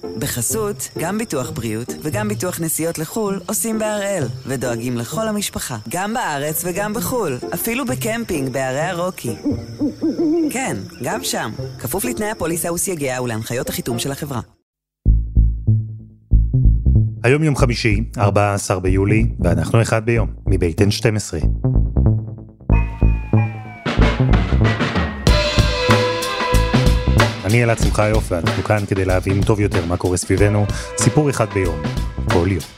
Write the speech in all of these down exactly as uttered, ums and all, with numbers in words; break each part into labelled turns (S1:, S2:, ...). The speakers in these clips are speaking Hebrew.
S1: בחסות, גם ביטוח בריאות וגם ביטוח נסיעות לחול עושים בהראל, ודואגים לכל המשפחה, גם בארץ וגם בחול, אפילו בקמפינג בערי הרוקי. כן, גם שם, כפוף לתנאי הפוליסה וסייגיה ולהנחיות החיתום של החברה.
S2: היום יום חמישי, ארבעה עשר ביולי, ואנחנו אחד ביום, מבית אן שתים עשרה. אני אלעד שמחיוף, ואנחנו כאן כדי להבין טוב יותר מה קורה סביבנו, סיפור אחד ביום, כל יום.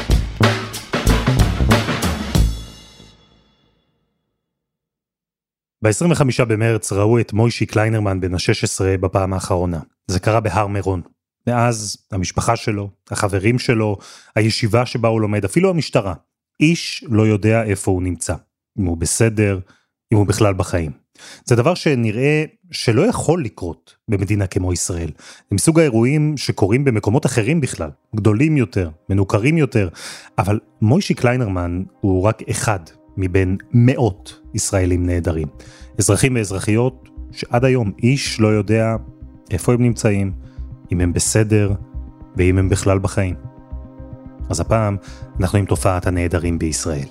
S2: ב-עשרים וחמישה במרץ ראו את מוישי קליינרמן בן ה-שש עשרה בפעם האחרונה. זה קרה בהר מירון. מאז המשפחה שלו, החברים שלו, הישיבה שבה הוא לומד, אפילו המשטרה. איש לא יודע איפה הוא נמצא. אם הוא בסדר, אם הוא בכלל בחיים. זה דבר שנראה שלא יכול לקרות במדינה כמו ישראל. זה מסוג האירועים שקורים במקומות אחרים בכלל, גדולים יותר, מנוכרים יותר, אבל מוישי קליינרמן הוא רק אחד מבין מאות ישראלים נהדרים. אזרחים ואזרחיות שעד היום איש לא יודע איפה הם נמצאים, אם הם בסדר ואם הם בכלל בחיים. אז הפעם אנחנו עם תופעת הנהדרים בישראל.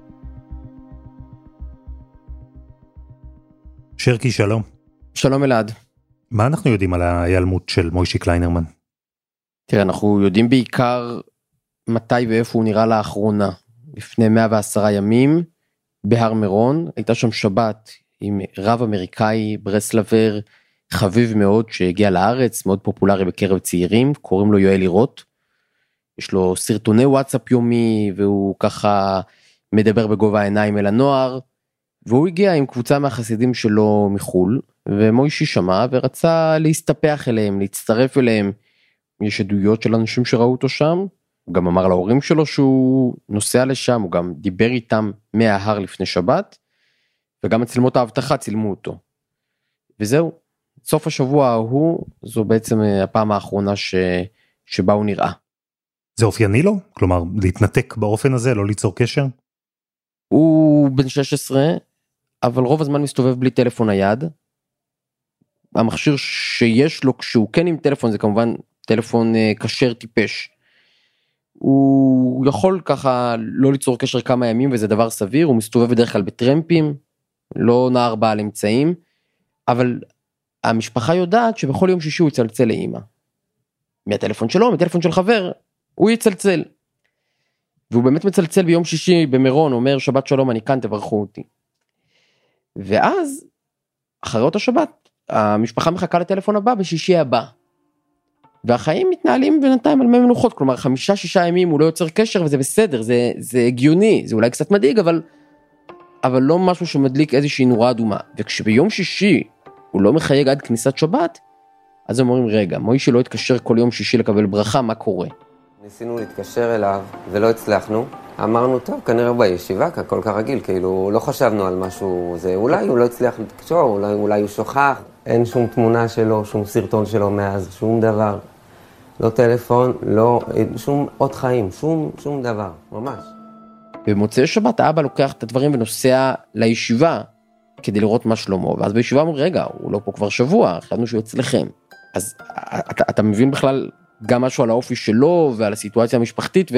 S2: שרקי, שלום.
S3: שלום אלעד.
S2: מה אנחנו יודעים על ההיעלמות של מוישי קליינרמן?
S3: תראה, אנחנו יודעים בעיקר מתי ואיפה הוא נראה לאחרונה. לפני מאה ועשרה ימים בהר מירון, הייתה שם שבת עם רב אמריקאי, ברסלבר, חביב מאוד שהגיע לארץ, מאוד פופולרי בקרב צעירים, קוראים לו יואל לירות. יש לו סרטוני וואטסאפ יומי, והוא ככה מדבר בגובה העיניים אל הנוער, והוא הגיע עם קבוצה מהחסידים שלו מחול, ומוישי שמע ורצה להסתפח אליהם, להצטרף אליהם. יש עדויות של אנשים שראו אותו שם, הוא גם אמר להורים שלו שהוא נוסע לשם, הוא גם דיבר איתם מההר לפני שבת, וגם הצלמות האבטחה צילמו אותו. וזהו, סוף השבוע ההוא, זו בעצם הפעם האחרונה ש... שבה הוא נראה.
S2: זה אופייני לו? כלומר, להתנתק באופן הזה, לא ליצור קשר?
S3: הוא בן שש עשרה, אבל רוב הזמן מסתובב בלי טלפון נייד. המכשיר שיש לו כשהוא כן עם טלפון, זה כמובן טלפון כשר טיפש. הוא יכול ככה לא ליצור קשר כמה ימים, וזה דבר סביר, הוא מסתובב בדרך כלל בטרמפים, לא נער בעל אמצעים, אבל המשפחה יודעת שבכל יום שישי הוא יצלצל לאמא. מהטלפון שלו, מהטלפון של חבר, הוא יצלצל. והוא באמת מצלצל ביום שישי במירון, אומר שבת שלום, אני כאן, תברכו אותי. ואז, אחרי אותה שבת, המשפחה מחכה לטלפון הבא בשישי הבא. והחיים מתנהלים בינתיים על מי מנוחות, כלומר חמישה, שישה ימים הוא לא יוצר קשר, וזה בסדר, זה, זה הגיוני, זה אולי קצת מדאיג, אבל, אבל לא משהו שמדליק איזושהי נורה אדומה. וכשביום שישי הוא לא מחייג עד כניסת שבת, אז הם אומרים, רגע, מוישי לא התקשר כל יום שישי לקבל ברכה, מה קורה?
S4: ניסינו להתקשר אליו ולא הצלחנו, אמרנו, טוב, כנראה בישיבה, הכל כרגיל, כאילו לא חשבנו על משהו, זה אולי הוא לא הצליח לתקשור, אולי, אולי הוא שוכח, אין שום תמונה שלו, שום סרטון שלו מאז, שום דבר, לא טלפון, לא, שום עוד חיים, שום, שום דבר, ממש.
S3: במוצאי שבת האבא לוקח את הדברים ונוסע לישיבה, כדי לראות מה שלמה, ואז בישיבה אומרים, רגע, הוא לא פה כבר שבוע, חייבנו שהוא אצלכם. אז אתה, אתה מבין בכלל גם משהו על האופי שלו, ועל הסיטואציה המשפחתית, ו,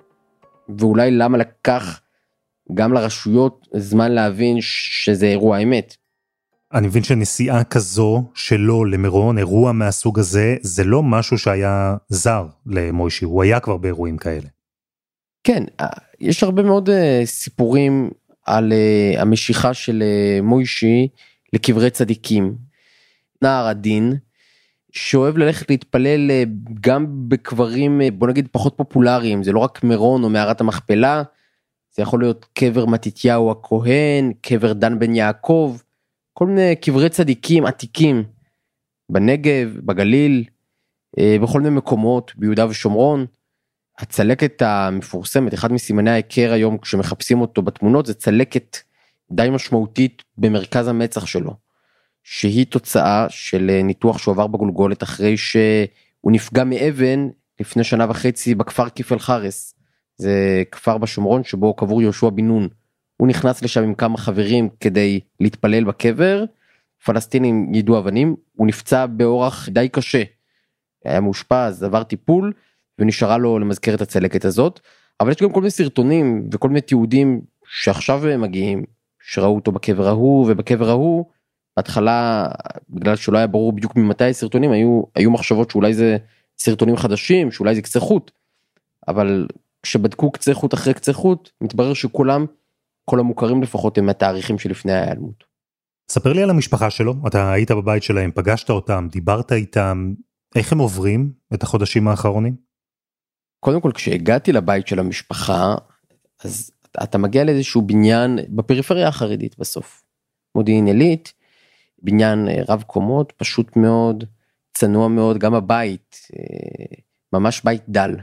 S3: ואולי למה לקח גם לרשויות זמן להבין שזה אירוע אמת.
S2: אני מבין שנסיעה כזו שלו למירון, אירוע מהסוג הזה, זה לא משהו שהיה זר למוישי, הוא היה כבר באירועים כאלה. כן,
S3: יש הרבה מאוד סיפורים על המשיכה של מוישי לקברי צדיקים. נער עדין, שאוהב ללכת להתפלל גם בקברים, בוא נגיד, פחות פופולריים, זה לא רק מירון או מערת המכפלה, זה יכול להיות קבר מתתיהו הכהן, קבר דן בן יעקב, כל מיני קברי צדיקים עתיקים, בנגב, בגליל, בכל מיני מקומות, ביהודה ושומרון. הצלקת המפורסמת, אחד מסימני ההיכר היום כשמחפשים אותו בתמונות, זה צלקת די משמעותית במרכז המצח שלו, שהיא תוצאה של ניתוח שהוא עבר בגולגולת אחרי שהוא נפגע מאבן לפני שנה וחצי בכפר כיפל חרס. זה כפר בשומרון שבו קבור יהושע בן נון. הוא נכנס לשם עם כמה חברים כדי להתפלל בקבר, פלסטינים יידו אבנים, הוא נפצע באורח די קשה. היה מאושפז, עבר טיפול, ונשארה לו למזכר את הצלקת הזאת, אבל יש גם כל מיני סרטונים, וכל מיני תיעודים, שעכשיו הם מגיעים, שראו אותו בקבר ההוא, ובקבר ההוא, בהתחלה, בגלל שלא היה ברור בדיוק ממתי הסרטונים, היו, היו מחשבות שאולי זה סרטונים חדשים, שאולי זה קצה חוט, אבל כשבדקו קצה חוט אחרי קצה חוט, מתברר שכולם, כל המוכרים לפחות, הם התאריכים שלפני ההיעלמות.
S2: ספר לי על המשפחה שלו, אתה היית בבית שלהם, פגשת אותם, דיברת איתם, איך הם עוברים את החודשים האחרונים?
S3: קודם כל, כשהגעתי לבית של המשפחה, אז אתה מגיע לאיזשהו בניין בפריפריה החרדית בסוף. מודיעין עילית, בניין רב קומות, פשוט מאוד, צנוע מאוד, גם הבית, ממש בית דל.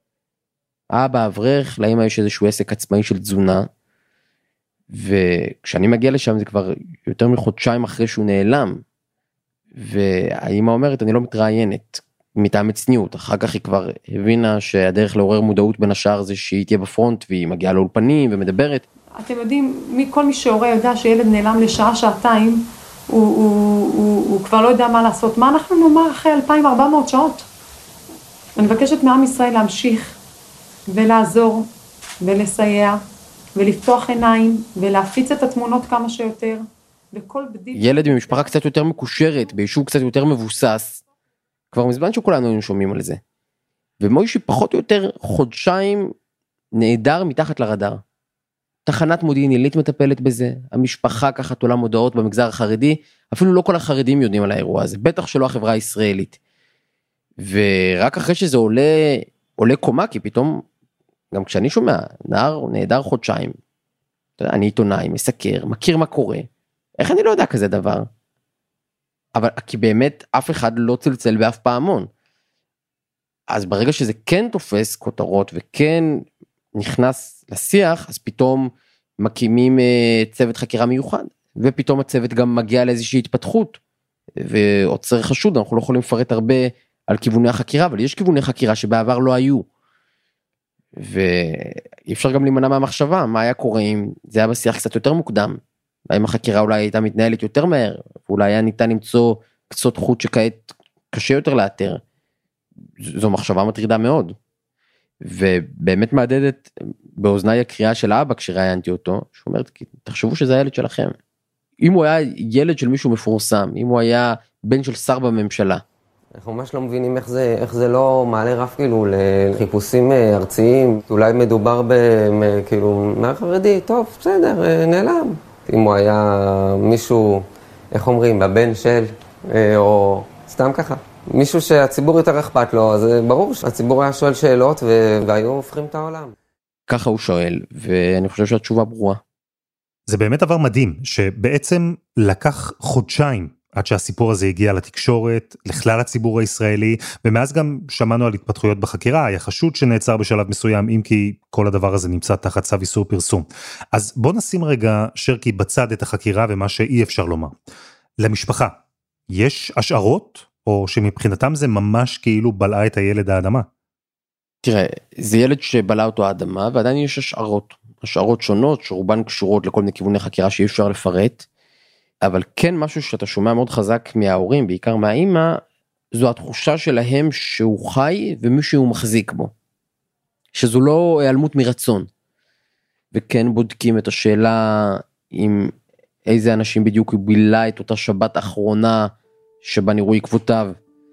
S3: אבא אברך, לאמא יש איזשהו עסק עצמאי של תזונה, וכשאני מגיע לשם זה כבר יותר מחודשיים אחרי שהוא נעלם, והאמא אומרת אני לא מתראיינת, מטעם צניעות, אחר כך היא כבר הבינה שהדרך לעורר מודעות בין השאר זה שהיא תהיה בפרונט, והיא מגיעה לאולפנים ומדברת.
S5: אתם יודעים, כל מי שהורה יודע שילד נעלם לשעה, שעתיים, הוא, הוא, הוא, הוא כבר לא יודע מה לעשות. מה אנחנו נאמר אחרי אלפיים וארבע מאות שעות? אני מבקשת מעם ישראל להמשיך ולעזור ולסייע ולפתוח עיניים ולהפיץ את התמונות כמה שיותר. וכל בדיוק...
S3: ילד ממשפחה קצת יותר מקושרת, ביישוב קצת יותר מבוסס, כבר מזמן שכולנו היינו שומעים על זה. ומוישי פחות או יותר חודשיים נעדר מתחת לרדאר. תחנת מודיעין עילית מטפלת בזה, המשפחה ככה תולה מודעות במגזר החרדי, אפילו לא כל החרדים יודעים על האירוע הזה, בטח שלא החברה הישראלית. ורק אחרי שזה עולה, עולה קומה, כי פתאום, גם כשאני שומע, נער נעדר חודשיים, אני עיתונאי, מסקר, מכיר מה קורה, איך אני לא יודע כזה דבר? אבל כי באמת אף אחד לא צלצל באף פעמון. אז ברגע שזה כן תופס כותרות וכן נכנס לשיח, אז פתאום מקימים צוות חקירה מיוחד, ופתאום הצוות גם מגיע לאיזושהי התפתחות, ועוצר חשוד, אנחנו לא יכולים לפרט הרבה על כיווני החקירה, אבל יש כיווני חקירה שבעבר לא היו, ואי אפשר גם להימנע מהמחשבה, מה היה קורה אם זה היה בשיח קצת יותר מוקדם, האם החקירה אולי הייתה מתנהלת יותר מהר, ואולי היה ניתן למצוא קצות חוט שכעת קשה יותר לאתר, זו מחשבה מטרידה מאוד, ובאמת מעדדת באוזניי הקריאה של האבא כשראיינתי אותו, שאומרת, תחשבו שזה הילד שלכם, אם הוא היה ילד של מישהו מפורסם, אם הוא היה בן של שר בממשלה.
S4: אנחנו ממש לא מבינים איך זה, איך זה לא מעלה רף כאילו לחיפושים ארציים, אולי מדובר בכאילו נער חרדי, טוב, בסדר, נעלם. אם הוא היה מישהו, איך אומרים, בבן של, או סתם ככה, מישהו שהציבור יותר אכפת לו, אז ברור שהציבור היה שואל שאלות והיו הופכים את העולם.
S3: ככה הוא שואל, ואני חושב שהתשובה ברורה.
S2: זה באמת דבר מדהים, שבעצם לקח חודשיים עד שהסיפור הזה הגיע לתקשורת, לכלל הציבור הישראלי, ומאז גם שמענו על התפתחויות בחקירה, היה חשוד שנעצר בשלב מסוים, אם כי כל הדבר הזה נמצא תחת צו איסור פרסום. אז בוא נשים רגע, שרקי, בצד את החקירה ומה שאי אפשר לומר. למשפחה, יש השערות, או שמבחינתם זה ממש כאילו בלעה את הילד האדמה?
S3: תראה, זה ילד שבלע אותו האדמה, ועדיין יש השערות. השערות שונות, שרובן קשורות לכל מיני כיווני חקירה שאי אפשר לפרט, אבל כן משהו שאתה שומע מאוד חזק מההורים, בעיקר מהאימא, זו התחושה שלהם שהוא חי ומישהו מחזיק בו. שזו לא היעלמות מרצון. וכן בודקים את השאלה עם איזה אנשים בדיוק הוא בילה את אותה שבת האחרונה שבה נראו עקבותיו.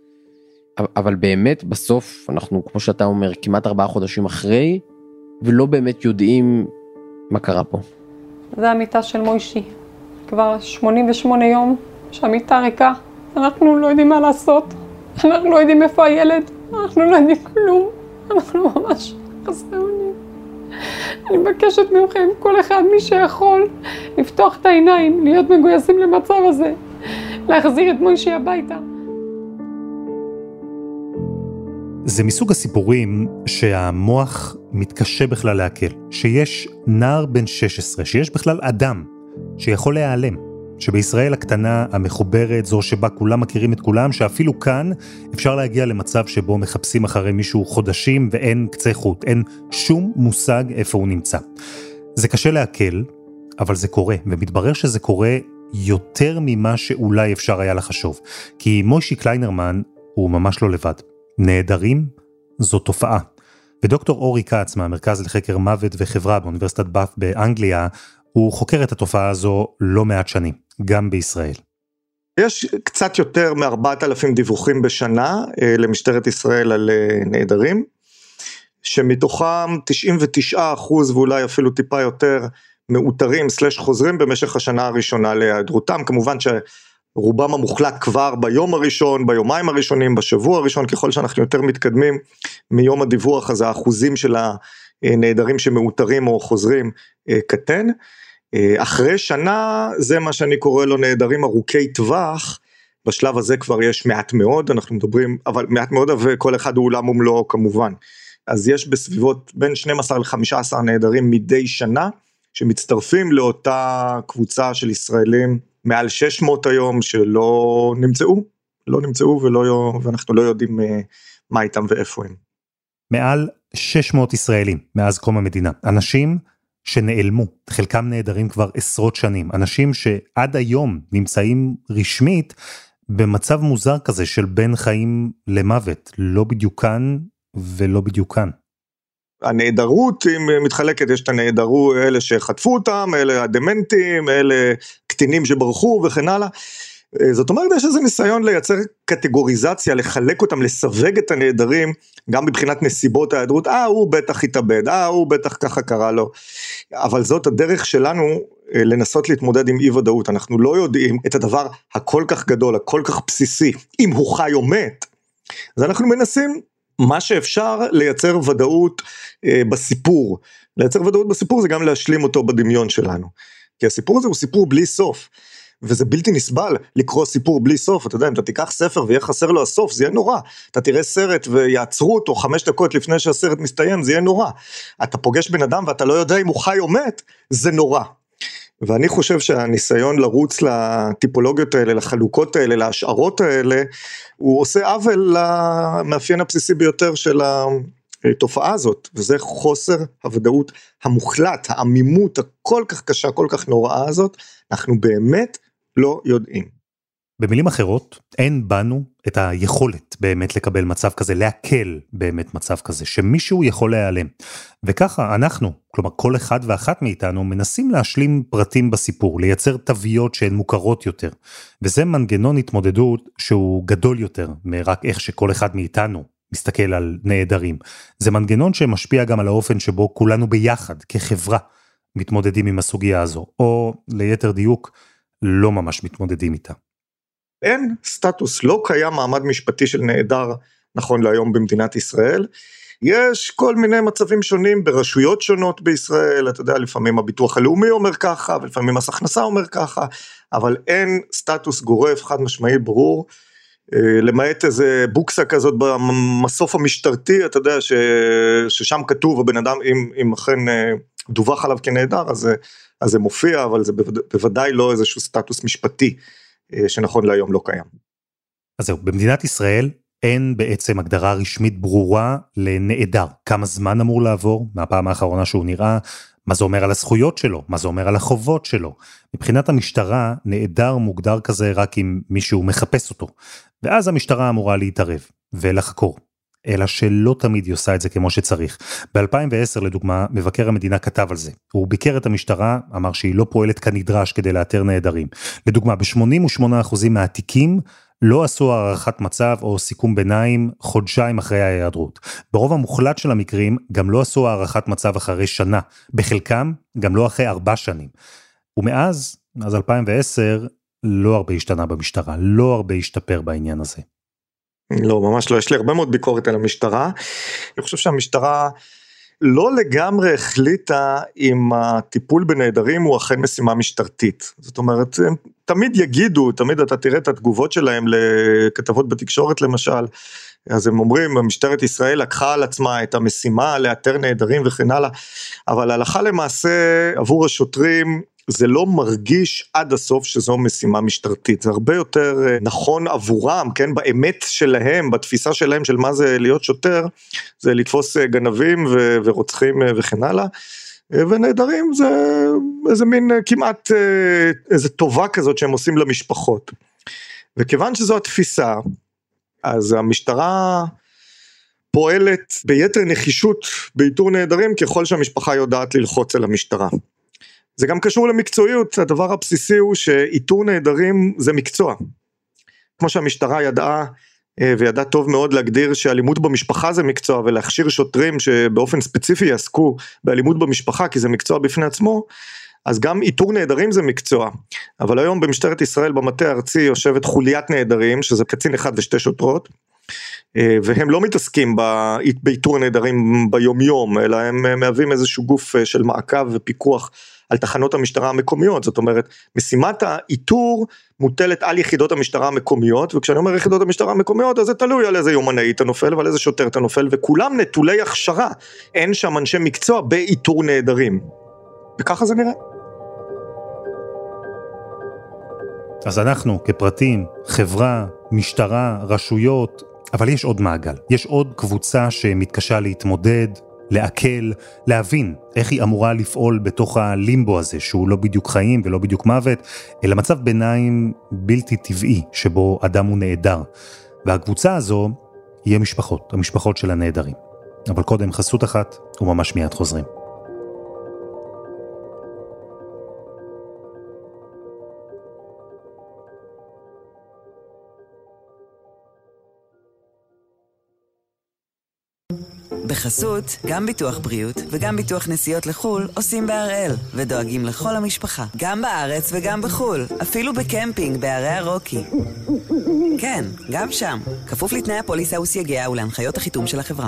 S3: אבל באמת בסוף אנחנו, כמו שאתה אומר, כמעט ארבעה חודשים אחרי, ולא באמת יודעים מה קרה פה.
S5: זה המיטה של מוישי. כבר שמונים ושמונה יום שהמיטה ריקה. אנחנו לא יודעים מה לעשות. אנחנו לא יודעים איפה הילד. אנחנו לא יודעים כלום. אנחנו ממש חסרי אונים. אני מבקשת מכם, כל אחד מי שיכול, לפתוח את העיניים, להיות מגויסים למצב הזה, להחזיר את מוישי הביתה.
S2: זה מסוג הסיפורים שהמוח מתקשה בכלל להקל, שיש נער בן שש עשרה, שיש בכלל אדם שיכול להיעלם, שבישראל הקטנה המחוברת, זו שבה כולם מכירים את כולם, שאפילו כאן אפשר להגיע למצב שבו מחפשים אחרי מישהו חודשים ואין קצה חוט, אין שום מושג איפה הוא נמצא. זה קשה להקל, אבל זה קורה, ומתברר שזה קורה יותר ממה שאולי אפשר היה לחשוב, כי מוישי קליינרמן הוא ממש לא לבד. נעדרים זו תופעה. ודוקטור אורי קץ מהמרכז לחקר מוות וחברה באוניברסיטת באף באנגליה, הוא חוקר את התופעה הזו לא מעט שנים, גם בישראל.
S6: יש קצת יותר מ-ארבעת אלפים דיווחים בשנה למשטרת ישראל על נעדרים, שמתוכם תשעים ותשעה אחוז ואולי אפילו טיפה יותר מאותרים סלש חוזרים במשך השנה הראשונה להיעדרותם, כמובן שרובם המוחלט כבר ביום הראשון, ביומיים הראשונים, בשבוע הראשון, ככל שאנחנו יותר מתקדמים מיום הדיווח, אז האחוזים של הנעדרים שמאותרים או חוזרים קטן. אחרי שנה זה מה שאני קורא לו נעדרים ארוכי טווח, בשלב הזה כבר יש מעט מאוד, אנחנו מדברים, אבל מעט מאוד וכל אחד הוא עולם ומלואו כמובן. אז יש בסביבות בין שנים עשר ל-חמישה עשר נעדרים מדי שנה, שמצטרפים לאותה קבוצה של ישראלים, מעל שש מאות היום, שלא נמצאו, לא נמצאו ולא, ואנחנו לא יודעים מה איתם ואיפה הם.
S2: מעל שש מאות ישראלים מאז קום המדינה, אנשים שנעלמו, חלקם נעדרים כבר עשרות שנים, אנשים שעד היום נמצאים רשמית, במצב מוזר כזה של בין חיים למוות, לא בדיוק כאן ולא בדיוק כאן.
S6: הנעדרות היא מתחלקת, יש את הנעדרו, אלה שחטפו אותם, אלה הדמנטים, אלה קטינים שברחו וכן הלאה. זאת אומרת, יש איזה ניסיון לייצר קטגוריזציה, לחלק אותם, לסווג את הנעדרים, גם מבחינת נסיבות ההיעדרות, אה, הוא בטח התאבד, אה, הוא בטח ככה קרה לו. אבל זאת הדרך שלנו לנסות להתמודד עם אי ודאות, אנחנו לא יודעים את הדבר הכל כך גדול, הכל כך בסיסי, אם הוא חי או מת, אז אנחנו מנסים מה שאפשר לייצר ודאות אה, בסיפור, לייצר ודאות בסיפור זה גם להשלים אותו בדמיון שלנו, כי הסיפור הזה הוא סיפור בלי סוף, וזה בלתי נסבל לקרוא סיפור בלי סוף, אתה יודע, אם אתה תיקח ספר ויהיה חסר לו הסוף, זה יהיה נורא, אתה תראה סרט ויעצרו אותו חמש דקות לפני שהסרט מסתיים, זה יהיה נורא, אתה פוגש בן אדם ואתה לא יודע אם הוא חי או מת, זה נורא, ואני חושב שהניסיון לרוץ לטיפולוגיות האלה, לחלוקות האלה, להשערות האלה, הוא עושה עוול למאפיין הבסיסי ביותר של התופעה הזאת, וזה חוסר הוודאות המוחלט, העמימות הכל כך קשה, כל כך נוראה הזאת, אנחנו באמת לא יודעים.
S2: במילים אחרות, אין בנו את היכולת באמת לקבל מצב כזה, להקל באמת מצב כזה, שמישהו יכול להיעלם. וככה אנחנו, כלומר כל אחד ואחת מאיתנו, מנסים להשלים פרטים בסיפור, לייצר תוויות שהן מוכרות יותר. וזה מנגנון התמודדות שהוא גדול יותר, מרק איך שכל אחד מאיתנו מסתכל על נעדרים. זה מנגנון שמשפיע גם על האופן שבו כולנו ביחד, כחברה, מתמודדים עם הסוגיה הזו, או ליתר דיוק, לא ממש מתמודדים איתה.
S6: אין סטטוס, לא קיים מעמד משפטי של נעדר נכון להיום במדינת ישראל, יש כל מיני מצבים שונים ברשויות שונות בישראל, אתה יודע, לפעמים הביטוח הלאומי אומר ככה, ולפעמים מס הכנסה אומר ככה, אבל אין סטטוס גורף, חד משמעי ברור, למעט איזה בוקסה כזאת במסוף המשטרתי, אתה יודע, ש... ששם כתוב, הבן אדם, אם, אם אכן דווח עליו כנעדר, אז, אז זה מופיע, אבל זה בוודאי, בוודאי לא איזשהו סטטוס משפטי, שנכון להיום לא קיים.
S2: אז זהו, במדינת ישראל אין בעצם הגדרה רשמית ברורה לנעדר. כמה זמן אמור לעבור מהפעם האחרונה שהוא נראה, מה זה אומר על הזכויות שלו, מה זה אומר על החובות שלו. מבחינת המשטרה, נעדר מוגדר כזה רק אם מישהו מחפש אותו. ואז המשטרה אמורה להתערב ולחקור. אלא שלא תמיד היא עושה את זה כמו שצריך. ב-אלפיים ועשר לדוגמה, מבקר המדינה כתב על זה. הוא ביקר את המשטרה, אמר שהיא לא פועלת כנדרש כדי לאתר נעדרים. לדוגמה, ב-שמונים ושמונה אחוז מהתיקים, לא עשו הערכת מצב או סיכום ביניים חודשיים אחרי ההיעדרות. ברוב המוחלט של המקרים, גם לא עשו הערכת מצב אחרי שנה. בחלקם, גם לא אחרי ארבע שנים. ומאז, אז אלפיים ועשר, לא הרבה השתנה במשטרה, לא הרבה השתפר בעניין הזה.
S6: לא, ממש לא, יש לי הרבה מאוד ביקורת על המשטרה, אני חושב שהמשטרה לא לגמרי החליטה אם הטיפול בנעדרים הוא אכן משימה משטרתית, זאת אומרת, הם תמיד יגידו, תמיד אתה תראה את התגובות שלהם לכתבות בתקשורת למשל, אז הם אומרים, משטרת ישראל לקחה על עצמה את המשימה לאתר נעדרים וכן הלאה, אבל הלכה למעשה עבור השוטרים, זה לא מרגיש עד הסוף שזו משימה משטרתית, זה הרבה יותר נכון עבורם, כן, באמת שלהם, בתפיסה שלהם של מה זה להיות שוטר, זה לתפוס גנבים ו- ורוצחים וכן הלאה, ונעדרים זה איזה מין כמעט איזה טובה כזאת שהם עושים למשפחות, וכיוון שזו התפיסה, אז המשטרה פועלת ביתר נחישות באיתור נעדרים ככל שהמשפחה יודעת ללחוץ אל המשטרה. זה גם קשור למקצועיות, הדבר הבסיסי הוא שאיתור נעדרים זה מקצוע. כמו שהמשטרה ידעה וידעה טוב מאוד להגדיר שאלימות במשפחה זה מקצוע, ולהכשיר שוטרים שבאופן ספציפי יעסקו באלימות במשפחה, כי זה מקצוע בפני עצמו, אז גם איתור נעדרים זה מקצוע. אבל היום במשטרת ישראל במטה הארצי יושבת חוליית נעדרים, שזה קצין אחד ושתי שוטרות, והם לא מתעסקים באיתור נעדרים ביום יום, אלא הם מהווים איזשהו גוף של מעקב ופיקוח על תחנות המשטרה המקומיות. זאת אומרת, משימת האיתור מוטלת על יחידות המשטרה המקומיות, וכשאני אומר יחידות המשטרה המקומיות, אז זה תלוי על איזה יומנאי אתה נופל ועל איזה שוטר אתה נופל, וכולם נטולי הכשרה, אין שם אנשי מקצוע באיתור נעדרים. וככה זה נראה.
S2: אז אנחנו כפרטים, חברה, משטרה, רשויות, אבל יש עוד מעגל. יש עוד קבוצה שמתקשה להתמודד, לעכל, להבין איך היא אמורה לפעול בתוך הלימבו הזה, שהוא לא בדיוק חיים ולא בדיוק מוות, אלא מצב ביניים בלתי טבעי, שבו אדם הוא נעדר. והקבוצה הזו היא המשפחות, המשפחות של הנעדרים. אבל קודם חסות אחת, וממש מיד חוזרים.
S1: בחסות, גם ביטוח בריאות וגם ביטוח נסיעות לחול עושים בהראל ודואגים לכל המשפחה, גם בארץ וגם בחול, אפילו בקמפינג בערי הרוקי. כן, גם שם, כפוף לתנאי הפוליסה וסייגיה ולהנחיות החיתום של החברה.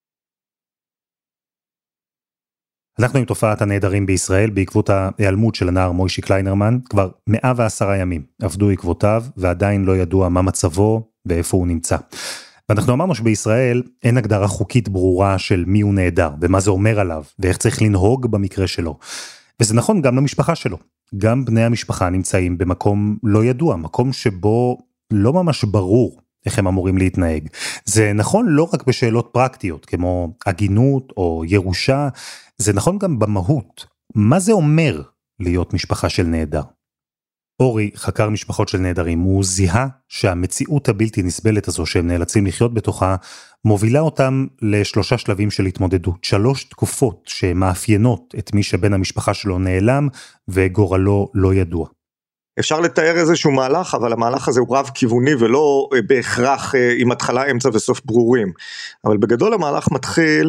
S2: אנחנו עם תופעת הנעדרים בישראל בעקבות ההיעלמות של הנער מוישי קליינרמן. כבר מאה ועשרה ימים עבדו עקבותיו ועדיין לא ידוע מה מצבו ואיפה הוא נמצא. ואנחנו אמרנו שבישראל אין הגדרה חוקית ברורה של מי הוא נעדר, ומה זה אומר עליו, ואיך צריך לנהוג במקרה שלו. וזה נכון גם למשפחה שלו. גם בני המשפחה נמצאים במקום לא ידוע, מקום שבו לא ממש ברור איך הם אמורים להתנהג. זה נכון לא רק בשאלות פרקטיות, כמו הגינות או ירושה, זה נכון גם במהות. מה זה אומר להיות משפחה של נעדר? אורי, חקר משפחות של נעדרים, הוא זיהה שהמציאות הבלתי נסבלת הזו שהם נאלצים לחיות בתוכה, מובילה אותם לשלושה שלבים של התמודדות, שלוש תקופות שמאפיינות את מי שבן המשפחה שלו נעלם וגורלו לא ידוע.
S6: אפשר לתאר איזשהו מהלך, אבל המהלך הזה הוא רב כיווני ולא בהכרח עם התחלה, אמצע וסוף ברורים. אבל בגדול המהלך מתחיל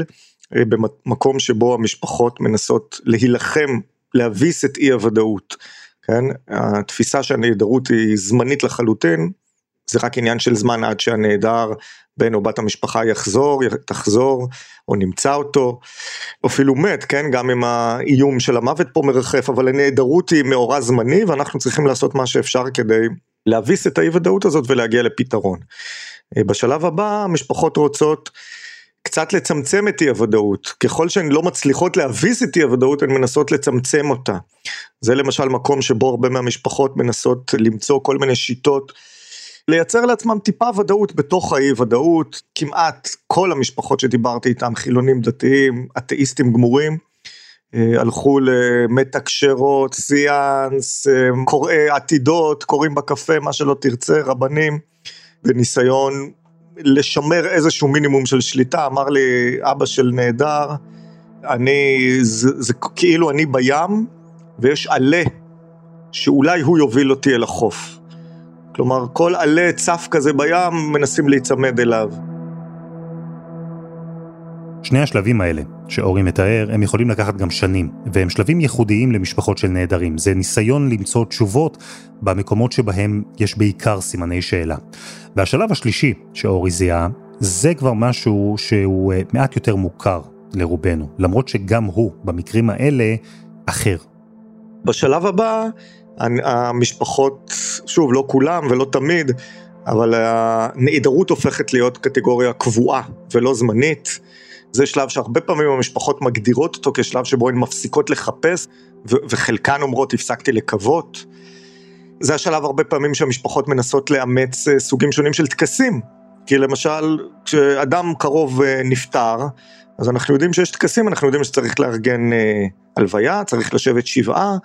S6: במקום שבו המשפחות מנסות להילחם, להביס את אי הוודאות. כן? התפיסה שהנעדרות היא זמנית לחלוטין, זה רק עניין של זמן עד שהנעדר בן או בת המשפחה יחזור, תחזור, או נמצא אותו, או אפילו מת, כן? גם עם האיום של המוות פה מרחף, אבל הנעדרות היא מאורע זמני, ואנחנו צריכים לעשות מה שאפשר כדי להביס את האי ודאות הזאת ולהגיע לפתרון. בשלב הבא, המשפחות רוצות קצת לצמצם את אי הוודאות, ככל שהן לא מצליחות להביס את אי הוודאות, הן מנסות לצמצם אותה. זה למשל מקום שבו הרבה מהמשפחות מנסות למצוא כל מיני שיטות, לייצר לעצמם טיפה ודאות בתוך האי ודאות, כמעט כל המשפחות שדיברתי איתם, חילונים דתיים, אתאיסטים גמורים, הלכו למתקשרות, סיאנס, קוראי עתידות, קוראים בקפה, מה שלא תרצה, רבנים, בניסיון לשמר איזשהו מינימום של שליטה. אמר לי אבא של נעדר, אני, זה, זה כאילו אני בים, ויש עלה, שאולי הוא יוביל אותי אל החוף. כלומר, כל עלה צף כזה בים, מנסים להיצמד אליו.
S2: שני השלבים האלה, שאורי מתאר, הם יכולים לקחת גם שנים, והם שלבים ייחודיים למשפחות של נעדרים. זה ניסיון למצוא תשובות במקומות שבהם יש בעיקר סימני שאלה. והשלב השלישי שאורי זיהה, זה כבר משהו שהוא מעט יותר מוכר לרובנו, למרות שגם הוא, במקרים האלה, אחר.
S6: בשלב הבא, המשפחות, שוב, לא כולם ולא תמיד, אבל הנעדרות הופכת להיות קטגוריה קבועה ולא זמנית. זה שלב שהרבה פעמים המשפחות מגדירות אותו כשלב שבו הן מפסיקות לחפש, ו- וחלקן אומרות הפסקתי לקוות. זה השלב הרבה פעמים שהמשפחות מנסות לאמץ סוגים שונים של תקסים, כי למשל כשאדם קרוב נפטר, אז אנחנו יודעים שיש תקסים, אנחנו יודעים שצריך לארגן הלוויה, צריך לשבת שבעה,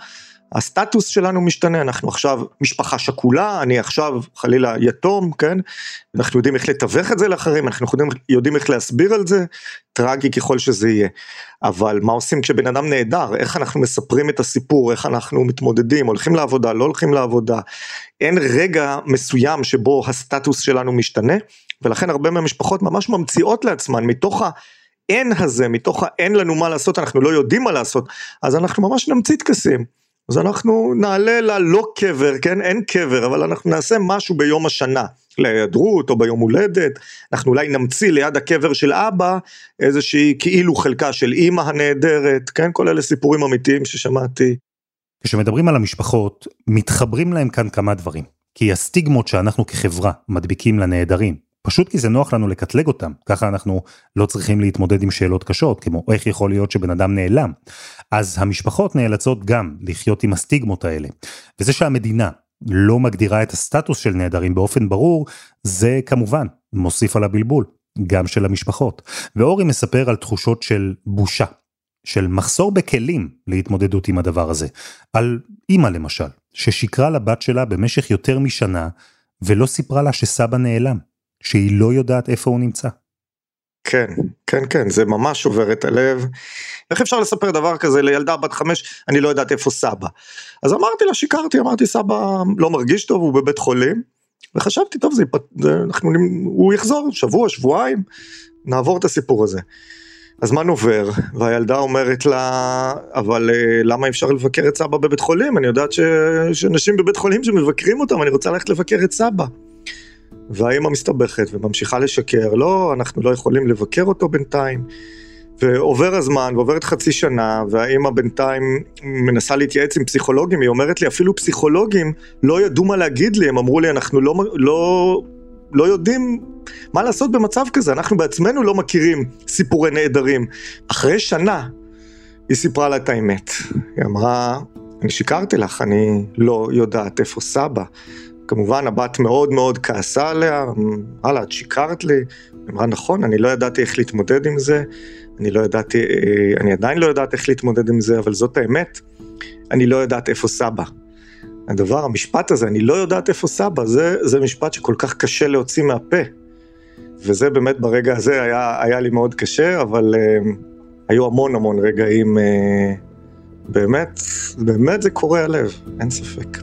S6: הסטטוס שלנו משתנה, אנחנו עכשיו משפחה שכולה, אני עכשיו חלילה יתום, כן? אנחנו יודעים איך לתווך את זה לאחרים, אנחנו יודעים, יודעים איך להסביר על זה, טרגי ככל שזה יהיה. אבל מה עושים כשבן אדם נהדר? איך אנחנו מספרים את הסיפור, איך אנחנו מתמודדים, הולכים לעבודה, לא הולכים לעבודה. אין רגע מסוים שבו הסטטוס שלנו משתנה, ולכן הרבה מהמשפחות ממש ממציאות לעצמן, מתוך האין הזה, מתוך האין לנו מה לעשות, אנחנו לא יודעים מה לעשות, אז אנחנו ממש נמציא טקסים. אז אנחנו נעלה ללא קבר, כן? אין קבר, אבל אנחנו נעשה משהו ביום השנה, להיעדרות או ביום הולדת, אנחנו אולי נמציא ליד הקבר של אבא, איזושהי כאילו חלקה של אמא הנהדרת, כן? כל אלה סיפורים אמיתיים ששמעתי.
S2: כשמדברים על המשפחות, מתחברים להם כאן כמה דברים, כי הסטיגמות שאנחנו כחברה מדביקים לנהדרים, פשוט כי זה נוח לנו לקטלג אותם, ככה אנחנו לא צריכים להתמודד עם שאלות קשות, כמו איך יכול להיות שבן אדם נעלם. אז המשפחות נאלצות גם לחיות עם הסטיגמות האלה. וזה שהמדינה לא מגדירה את הסטטוס של נהדרים באופן ברור, זה כמובן מוסיף על הבלבול, גם של המשפחות. ואורי מספר על תחושות של בושה, של מחסור בכלים להתמודדות עם הדבר הזה. על אמא למשל, ששיקרה לבת שלה במשך יותר משנה, ולא סיפרה לה שסבא נעלם. שהיא לא יודעת איפה הוא נמצא.
S6: כן, כן, כן, זה ממש עובר את הלב. איך אפשר לספר דבר כזה לילדה בת חמש, אני לא יודעת איפה סבא. אז אמרתי לה, שיקרתי, אמרתי, סבא לא מרגיש טוב, הוא בבית חולים, וחשבתי, טוב, זה, אנחנו, הוא יחזור, שבוע, שבועיים, נעבור את הסיפור הזה. הזמן עובר, והילדה אומרת לה, אבל למה אפשר לבקר את סבא בבית חולים? אני יודעת ש, שאנשים בבית חולים שמבקרים אותם, אני רוצה ללכת לבקר את סבא. והאמא מסתבכת וממשיכה לשקר, לא, אנחנו לא יכולים לבקר אותו בינתיים, ועובר הזמן, ועוברת חצי שנה, והאמא בינתיים מנסה להתייעץ עם פסיכולוגים, היא אומרת לי, אפילו פסיכולוגים לא ידעו מה להגיד לי, הם אמרו לי, אנחנו לא, לא, לא יודעים מה לעשות במצב כזה, אנחנו בעצמנו לא מכירים סיפורי נהדרים. אחרי שנה, היא סיפרה לה את האמת, היא אמרה, אני שיקרתי לך, אני לא יודעת איפה סבא, כמובן הבת מאוד מאוד כעסה עליה, הלאה, את שיקרת לי, אמרה נכון, אני לא ידעתי איך להתמודד עם זה, אני לא ידעתי, אני עדיין לא יודעת איך להתמודד עם זה, אבל זאת האמת, אני לא יודעת איפה סבא. הדבר, המשפט הזה, אני לא יודעת איפה סבא, זה, זה משפט שכל כך קשה להוציא מהפה, וזה באמת ברגע הזה היה, היה לי מאוד קשה, אבל uh, היו המון המון רגעים, uh, באמת, באמת זה קורע לב, אין ספק.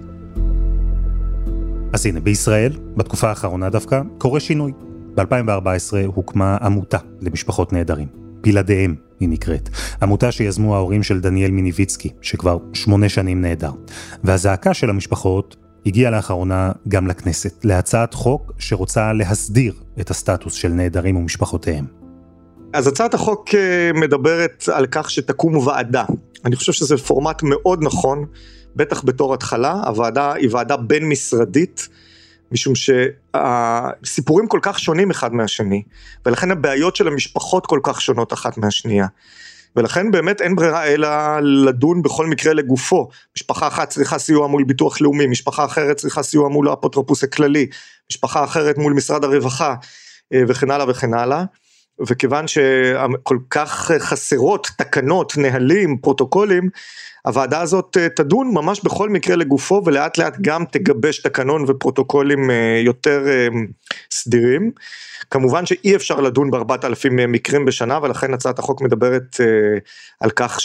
S2: אז הנה, בישראל, בתקופה האחרונה דווקא, קורה שינוי. ב-אלפיים וארבע עשרה הוקמה עמותה למשפחות נהדרים. בלעדיהם היא נקראת. עמותה שיזמו ההורים של דניאל מיניביצקי, שכבר שמונה שנים נהדר. והזעקה של המשפחות הגיעה לאחרונה גם לכנסת, להצעת חוק שרוצה להסדיר את הסטטוס של נהדרים ומשפחותיהם.
S6: אז הצעת החוק מדברת על כך שתקום ועדה. אני חושב שזה פורמט מאוד נכון, בטח בתור התחלה, הוועדה היא ועדה בין משרדית, משום שהסיפורים כל כך שונים אחד מהשני, ולכן הבעיות של המשפחות כל כך שונות אחת מהשנייה, ולכן באמת אין ברירה אלא לדון בכל מקרה לגופו, משפחה אחת צריכה סיוע מול ביטוח לאומי, משפחה אחרת צריכה סיוע מול האפוטרופוס הכללי, משפחה אחרת מול משרד הרווחה, וכן הלאה וכן הלאה, וכיוון שכל כך חסרות תקנות, נהלים, פרוטוקולים, הוועדה הזאת תדון ממש בכל מקרה לגופו, ולאט לאט גם תגבש תקנון ופרוטוקולים יותר סדירים. כמובן שאי אפשר לדון בארבעת אלפים מקרים בשנה, ולכן הצעת החוק מדברת על כך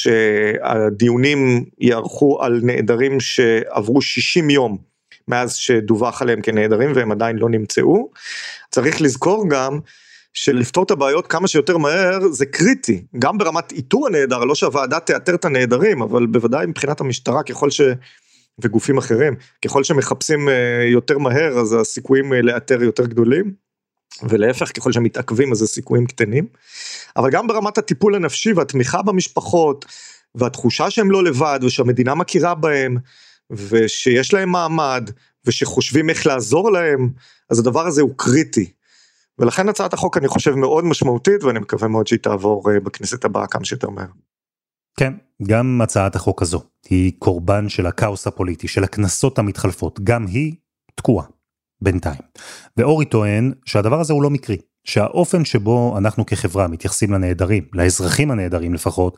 S6: שהדיונים יערכו על נעדרים שעברו שישים יום, מאז שדווח עליהם כנעדרים, והם עדיין לא נמצאו. צריך לזכור גם, שלפתור את הבעיות כמה שיותר מהר זה קריטי, גם ברמת איתור הנהדר, לא שהוועדה תאתר את הנהדרים, אבל בוודאי מבחינת המשטרה ככל ש... וגופים אחרים, ככל שמחפשים יותר מהר, אז הסיכויים לאתר יותר גדולים, ולהפך ככל שמתעכבים אז הסיכויים קטנים, אבל גם ברמת הטיפול הנפשי והתמיכה במשפחות, והתחושה שהם לא לבד, ושהמדינה מכירה בהם, ושיש להם מעמד, ושחושבים איך לעזור להם, אז הדבר הזה הוא קריטי. ולכן הצעת החוק אני חושב מאוד משמעותית, ואני מקווה מאוד שהיא תעבור בכנסת הבאה כמה שיותר מהר.
S2: כן, גם הצעת החוק הזו היא קורבן של הכאוס הפוליטי, של הכנסות המתחלפות, גם היא תקועה בינתיים. ואורי טוען שהדבר הזה הוא לא מקרי, שהאופן שבו אנחנו כחברה מתייחסים לנהדרים, לאזרחים הנהדרים לפחות,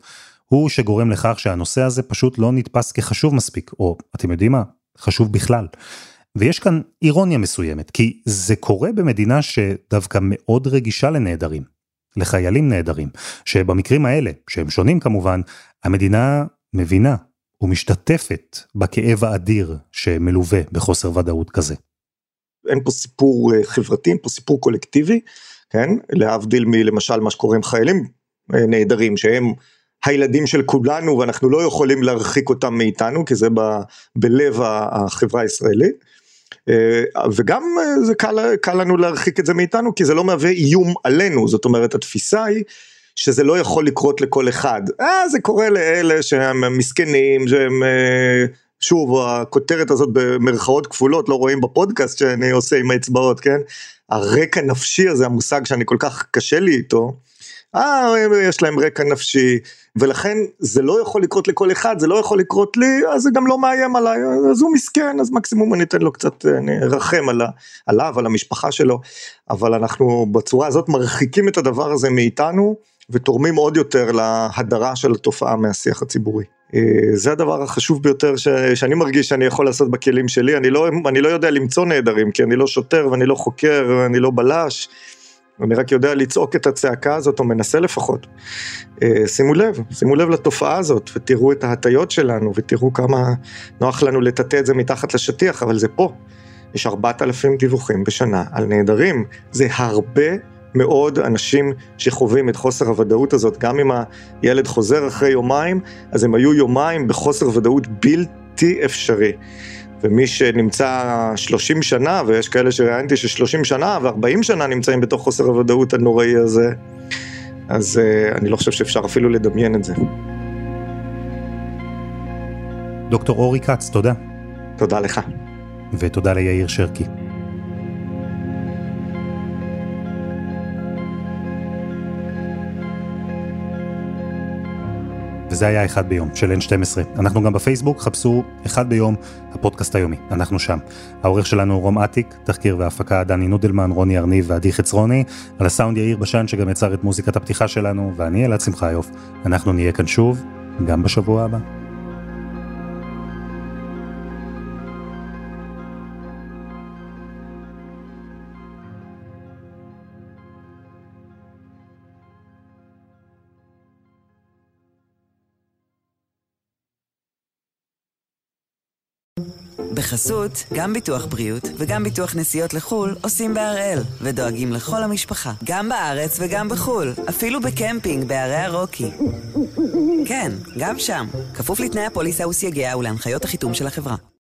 S2: הוא שגורם לכך שהנושא הזה פשוט לא נתפס כחשוב מספיק, או אתם יודעים מה, חשוב בכלל. ויש כאן אירוניה מסוימת, כי זה קורה במדינה שדווקא מאוד רגישה לנהדרים, לחיילים נהדרים, שבמקרים האלה, שהם שונים כמובן, המדינה מבינה ומשתתפת בכאב האדיר שמלווה בחוסר ודאות כזה.
S6: אין פה סיפור חברתי, אין פה סיפור קולקטיבי, כן? להבדיל מלמשל מה שקורה עם חיילים נהדרים, שהם הילדים של כולנו, ואנחנו לא יכולים להרחיק אותם מאיתנו, כי זה ב, בלב החברה הישראלית, וגם זה קל, קל לנו להרחיק את זה מאיתנו, כי זה לא מהווה איום עלינו, זאת אומרת, התפיסה היא, שזה לא יכול לקרות לכל אחד, אה, זה קורה לאלה שהם מסכנים, שהם, שוב, הכותרת הזאת במרכאות כפולות, לא רואים בפודקאסט שאני עושה עם האצבעות, כן? הרקע נפשי הזה, המושג שאני כל כך קשה לי איתו, אה, יש להם רקע נפשי, ולכן זה לא יכול לקרות לכל אחד, זה לא יכול לקרות לי, אז זה גם לא מאיים עליי, אז הוא מסכן, אז מקסימום אני אתן לו קצת, אני ארחם על, עליו, על המשפחה שלו, אבל אנחנו בצורה הזאת מרחיקים את הדבר הזה מאיתנו, ותורמים עוד יותר להדרה של התופעה מהשיח הציבורי. זה הדבר החשוב ביותר ש, שאני מרגיש שאני יכול לעשות בכלים שלי, אני לא, אני לא יודע למצוא נהדרים, כי אני לא שוטר ואני לא חוקר ואני לא בלש, אני רק יודע לצעוק את הצעקה הזאת, או מנסה לפחות. שימו לב, שימו לב לתופעה הזאת, ותראו את ההטיות שלנו, ותראו כמה נוח לנו לטאטא את זה מתחת לשטיח, אבל זה פה. יש ארבעת אלפים דיווחים בשנה על נהדרים, זה הרבה מאוד אנשים שחווים את חוסר הוודאות הזאת, גם אם הילד חוזר אחרי יומיים, אז הם היו יומיים בחוסר ודאות בלתי אפשרי. ומי שנמצא שלושים שנה, ויש כאלה שראיינתי ש-שלושים שנה ו-ארבעים שנה נמצאים בתוך חוסר הוודאות הנוראי הזה, אז uh, אני לא חושב שאפשר אפילו לדמיין את זה.
S2: דוקטור אורי קץ, תודה.
S6: תודה לך.
S2: ותודה ליאיר שרקי. וזה היה אחד ביום של אן שתים עשרה. אנחנו גם בפייסבוק, חפשו אחד ביום הפודקאסט היומי. אנחנו שם. העורך שלנו רום עתיק, תחקיר והפקה דני נודלמן, רוני ארניב ועדי חצרוני, על הסאונד יאיר בשן שגם יצר את מוזיקת הפתיחה שלנו, ואני אלעד שמחיוף. אנחנו נהיה כאן שוב, גם בשבוע הבא.
S1: בחסות, גם ביטוח בריאות וגם ביטוח נסיעות לחול עושים בהראל ודואגים לכל המשפחה, גם בארץ וגם בחול, אפילו בקמפינג בערי הרוקי. כן, גם שם, כפוף לתנאי הפוליסה וסייגיה ולהנחיות החיתום של החברה.